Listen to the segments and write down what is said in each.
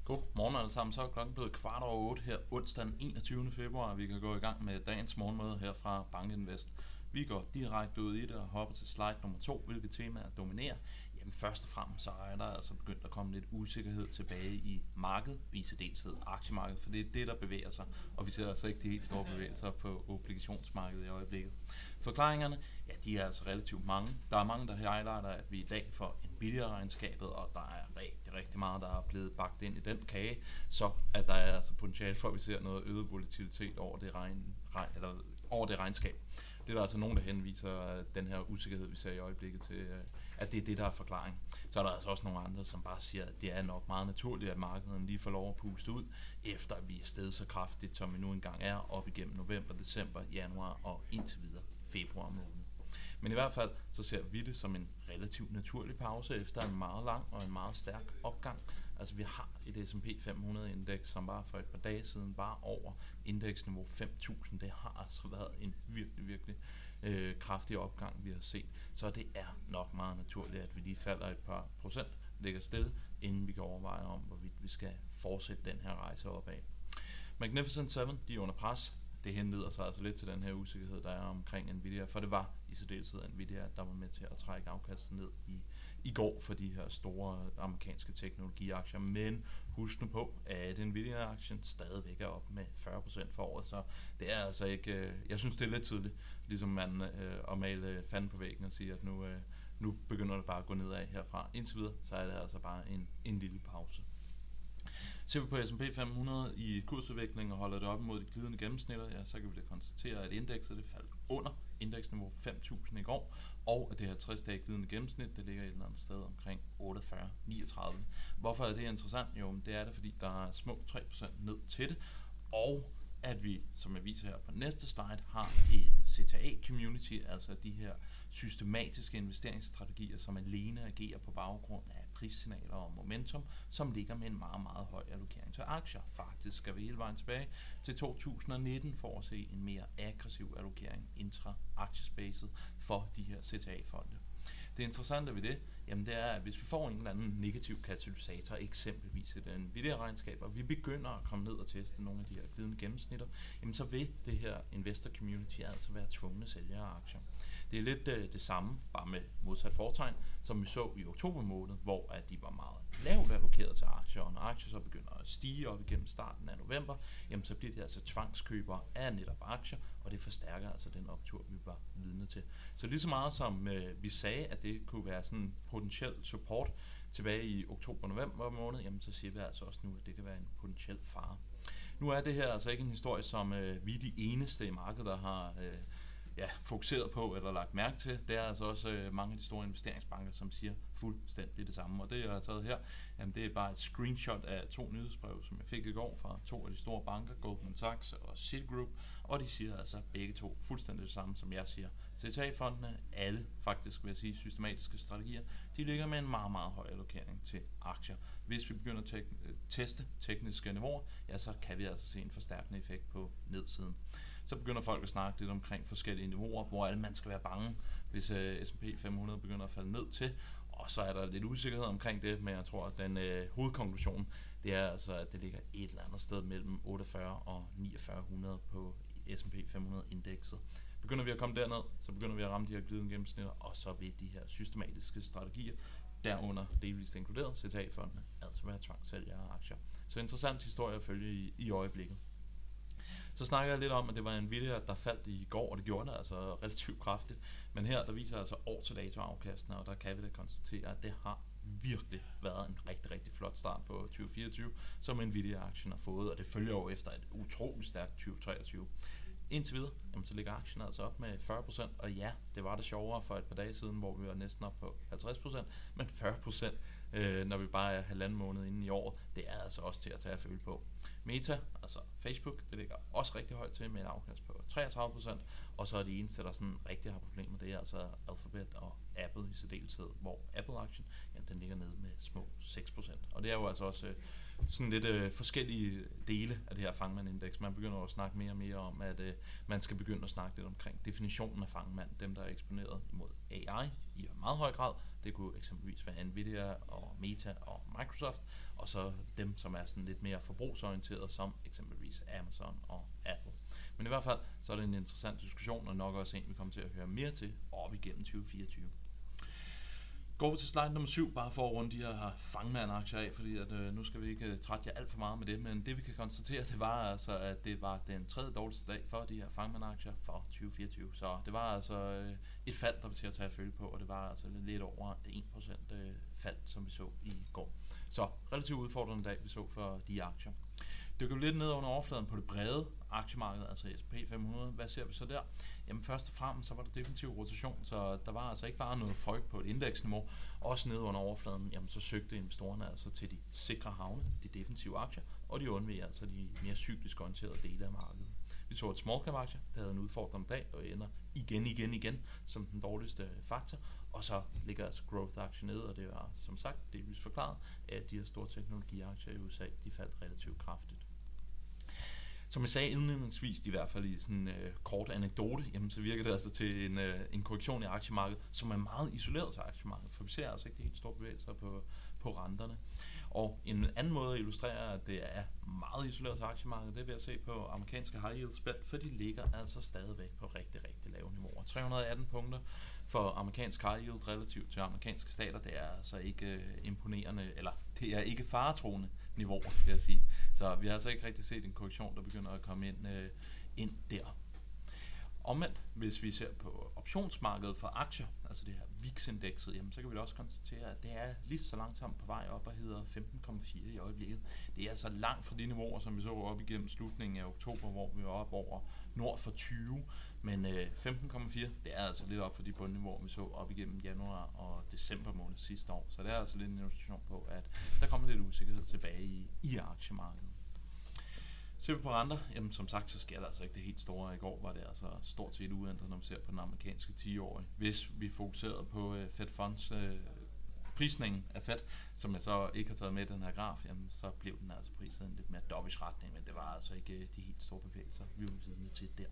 God morgen alle sammen, så er klokken blevet 7:15 her onsdag den 21. februar. Vi kan gå i gang med dagens morgenmøde her fra BankInvest. Vi går direkte ud i det og hopper til slide nummer 2, hvilket tema er dominerer. Jamen først og fremmest så er der altså begyndt at komme lidt usikkerhed tilbage i markedet, i særdeleshed aktiemarkedet, for det er det, der bevæger sig, og vi ser altså ikke de helt store bevægelser på obligationsmarkedet i øjeblikket. Forklaringerne, ja, de er altså relativt mange. Der er mange, der highlighter, at vi i dag får Nvidia-regnskabet, og der er rigtig meget, der er blevet bagt ind i den kage, så at der er altså potentiale for, at vi ser noget øget volatilitet over det regnskab. Det er der altså nogen, der henviser den her usikkerhed, vi ser i øjeblikket til, at det er det, der er forklaring. Så er der altså også nogle andre, som bare siger, at det er nok meget naturligt, at markedet lige får lov at puste ud, efter at vi er steget så kraftigt, som vi nu engang er, op igennem november, december, januar og indtil videre februar måned. Men i hvert fald, så ser vi det som en relativt naturlig pause efter en meget lang og en meget stærk opgang. Altså vi har et S&P 500-indeks, som bare for et par dage siden var over indeksniveau 5.000. Det har altså været en virkelig kraftig opgang, vi har set. Så det er nok meget naturligt, at vi lige falder et par procent, ligger stille, inden vi kan overveje om, hvorvidt vi skal fortsætte den her rejse opad. Magnificent 7, de er under pres. Det henleder sig altså lidt til den her usikkerhed, der er omkring Nvidia, for det var i særdeleshed Nvidia, der var med til at trække afkastet ned i går for de her store amerikanske teknologiaktier. Men husk nu på, at Nvidia-aktien stadigvæk er op med 40% for året, så det er altså ikke, jeg synes det er lidt tidligt, ligesom man at male fanden på væggen og sige, at nu begynder det bare at gå nedad herfra. Indtil videre, så er det altså bare en lille pause. Ser vi på S&P 500 i kursudvikling og holder det op imod de glidende gennemsnitter, ja, så kan vi da konstatere, at indekset det faldt under indeksniveau 5.000 i går, og at det 50-dage glidende gennemsnit, det ligger et eller andet sted omkring 48,39. Hvorfor er det interessant? Jo, det er det, fordi der er små 3% ned til det, og at vi, som jeg viser her på næste slide, har et CTA-community, altså de her systematiske investeringsstrategier, som alene agerer på baggrund af prissignaler og momentum, som ligger med en meget høj allokering til aktier. Faktisk skal vi hele vejen tilbage til 2019 for at se en mere aggressiv allokering intra-aktiespacet for de her CTA-fonde. Det interessante ved det, jamen det er, at hvis vi får en eller anden negativ katalysator, eksempelvis i den Nvidia-regnskab, og vi begynder at komme ned og teste nogle af de her glidende gennemsnitter, jamen så vil det her investor community altså være tvungne sælgere af aktier. Det er lidt det samme, bare med modsat fortegn, som vi så i oktober måned, hvor at de var meget lavt allokeret til aktier, og når aktier så begynder at stige op igennem starten af november, jamen så bliver det altså tvangskøbere af netop aktier, og det forstærker altså den optur, vi var vidne til. Så lige så meget som vi sagde, at det kunne være sådan potentiel support tilbage i oktober-november måned, jamen så siger vi altså også nu, at det kan være en potentiel fare. Nu er det her altså ikke en historie, som vi er de eneste i markedet, der har fokuseret på eller lagt mærke til. Det er altså også mange af de store investeringsbanker, som siger fuldstændig det samme. Og det, jeg har taget her, jamen, det er bare et screenshot af 2 nyhedsbreve, som jeg fik i går fra 2 af de store banker, Goldman Sachs og Citigroup, og de siger altså begge to fuldstændig det samme, som jeg siger. CTA-fondene, alle faktisk vil jeg sige systematiske strategier, de ligger med en meget høj allokering til aktier. Hvis vi begynder at teste tekniske niveauer, ja, så kan vi altså se en forstærkende effekt på nedsiden. Så begynder folk at snakke lidt omkring forskellige niveauer, hvor alle man skal være bange, hvis S&P 500 begynder at falde ned til. Og så er der lidt usikkerhed omkring det, men jeg tror, at den hovedkonklusion, det er altså, at det ligger et eller andet sted mellem 48 og 4900 på S&P 500-indekset. Begynder vi at komme derned, så begynder vi at ramme de her glidende gennemsnitter, og så vil de her systematiske strategier, derunder delvist inkluderet CTA-fondene, altså være tvangssælgere af aktier. Så interessant historie at følge i øjeblikket. Så snakker jeg lidt om, at det var Nvidia, der faldt i går, og det gjorde det altså relativt kraftigt. Men her, der viser altså år til dato afkastene, og der kan vi da konstatere, at det har virkelig været en rigtig flot start på 2024, som Nvidia-aktien har fået, og det følger jo efter et utroligt stærkt 2023. Indtil videre, jamen, så ligger aktien altså op med 40%, og ja, det var det sjovere for et par dage siden, hvor vi var næsten op på 50%, men 40%, når vi bare er halvanden måned inden i år, det er altså også til at tage at føle på. Meta, altså Facebook, det ligger også rigtig højt til med et afkast på 33%, og så er de eneste, der sådan rigtig har problemer, det er altså Alphabet og Apple i særdeleshed, hvor Apple-aktien, jamen, den ligger nede med små 6%. Og det er jo altså også sådan lidt forskellige dele af det her Fangman-indeks. Man begynder at snakke mere og mere om, at man skal begynde at snakke lidt omkring definitionen af Fangman, dem der er eksponeret imod AI i meget høj grad, Det kunne eksempelvis være Nvidia og Meta og Microsoft, og så dem, som er sådan lidt mere forbrugsorienteret, som eksempelvis Amazon og Apple. Men i hvert fald, så er det en interessant diskussion, og nok også en, vi kommer til at høre mere til op igennem 2024. Går vi til slide nummer 7, bare for at runde de her Fangman-aktier af, fordi at, nu skal vi ikke trætte jer alt for meget med det, men det vi kan konstatere, det var altså, at det var den tredje dårligste dag for de her Fangman-aktier for 2024. Så det var altså et fald, der var til at tage at følge på, og det var altså lidt over 1% fald, som vi så i går. Så relativt udfordrende dag, vi så for de aktier. Det går lidt ned under overfladen på det brede aktiemarked, altså S&P 500. Hvad ser vi så der? Jamen først og fremmest så var der definitiv rotation, så der var altså ikke bare noget frygt på et indeksniveau. Også ned under overfladen, jamen så søgte investorerne altså til de sikre havne, de defensive aktier, og de undveg altså de mere cyklisk orienterede dele af markedet. Vi så et small cap aktie, der havde en udfordrende dag og ender igen som den dårligste faktor. Og så ligger altså growth aktier ned, og det var som sagt delvis forklaret, at de her store teknologiaktier i USA, de faldt relativt kraftigt. Som jeg sagde indledningsvis, i hvert fald i sådan en kort anekdote, jamen, så virker det altså til en korrektion i aktiemarkedet, som er meget isoleret til aktiemarkedet, for vi ser altså ikke de helt store bevægelser på renterne. Og en anden måde at illustrere, at det er meget isoleret til aktiemarkedet, det er ved at se på amerikanske high yield spænd, for de ligger altså stadigvæk på rigtig lave niveauer. 318 punkter for amerikansk high yield relativt til amerikanske stater, det er altså ikke imponerende, eller det er ikke faretroende niveauer, vil jeg sige. Så vi har altså ikke rigtig set en korrektion, der begynder at komme ind der. Omvendt, hvis vi ser på optionsmarkedet for aktier, altså det her VIX-indekset, jamen, så kan vi da også konstatere, at det er lige så langsomt på vej op og hedder 15,4 i øjeblikket. Det er altså langt fra de niveauer, som vi så op igennem slutningen af oktober, hvor vi var op over nord for 20. Men 15,4, det er altså lidt op for de bundniveauer, vi så op igennem januar og december måned sidste år. Så det er altså lidt en illustration på, at der kommer lidt usikkerhed tilbage i aktiemarkedet. Ser vi på renter, jamen som sagt, så sker der altså ikke det helt store. I går var det altså stort set uændret, når vi ser på den amerikanske 10-årige. Hvis vi fokuserede på Fed Funds prisningen af Fed, som jeg så ikke har taget med i den her graf, jamen, så blev den altså priset en lidt mere dovish retning, men det var altså ikke de helt store bevægelser, vi var vidne til der.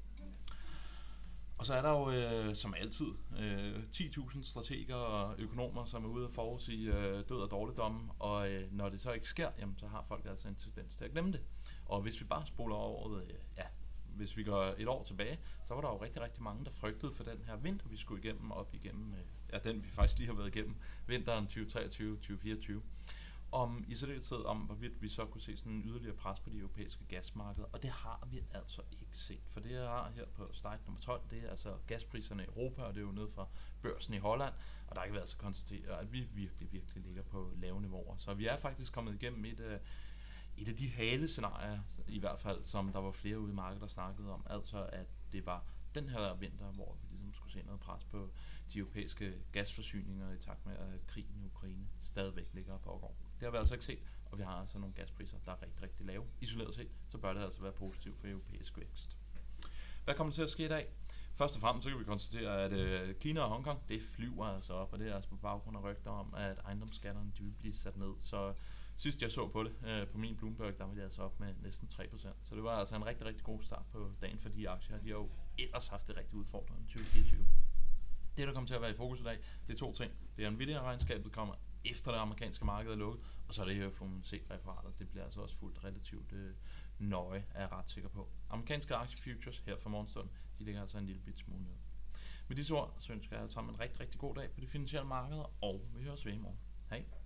Og så er der jo som altid 10.000 strateger og økonomer, som er ude og forudsige død og dårligdomme, og når det så ikke sker, jamen, så har folk altså en tendens til at glemme det. Og hvis vi bare spoler året, hvis vi går et år tilbage, så var der jo rigtig mange, der frygtede for den her vinter, vi skulle igennem op igennem, den vi faktisk lige har været igennem, vinteren 2023-2024. Om i særdeleshed om, hvorvidt vi så kunne se sådan en yderligere pres på de europæiske gasmarkeder, og det har vi altså ikke set. For det jeg har her på slide nummer 12, det er altså gaspriserne i Europa, og det er jo nede fra børsen i Holland, og der kan vi altså konstatere, at vi virkelig ligger på lave niveauer. Så vi er faktisk kommet igennem et af de hale-scenarier, i hvert fald, som der var flere ude i markedet, der snakkede om, altså at det var den her vinter, hvor vi ligesom skulle se noget pres på de europæiske gasforsyninger i takt med, at krigen i Ukraine stadigvæk ligger på går. Det har vi altså ikke set, og vi har altså nogle gaspriser, der er rigtig lave. Isoleret set, så bør det altså være positivt for europæisk vækst. Hvad kommer til at ske i dag? Først og fremmest så kan vi konstatere, at Kina og Hongkong, det flyver altså op, og det er altså på baggrund af rygter om, at ejendomsskatterne de vil blive sat ned. Så sidst jeg så på det, på min Bloomberg, der var det altså op med næsten 3%. Så det var altså en rigtig god start på dagen for de aktier. De har jo ellers haft det rigtig udfordrende i 2024. Det, der kommer til at være i fokus i dag, det er to ting. Det er Nvidia-regnskabet kommer efter det amerikanske marked er lukket, og så er det her FOMC-referatet. Det bliver altså også fuldt relativt nøje, er jeg ret sikker på. Amerikanske aktiefutures her for morgenstunden, de ligger altså en lille bit smule ned. Med disse ord, så ønsker jeg alle sammen en rigtig god dag på de finansielle markeder, og vi høres ved i morgen. Hej!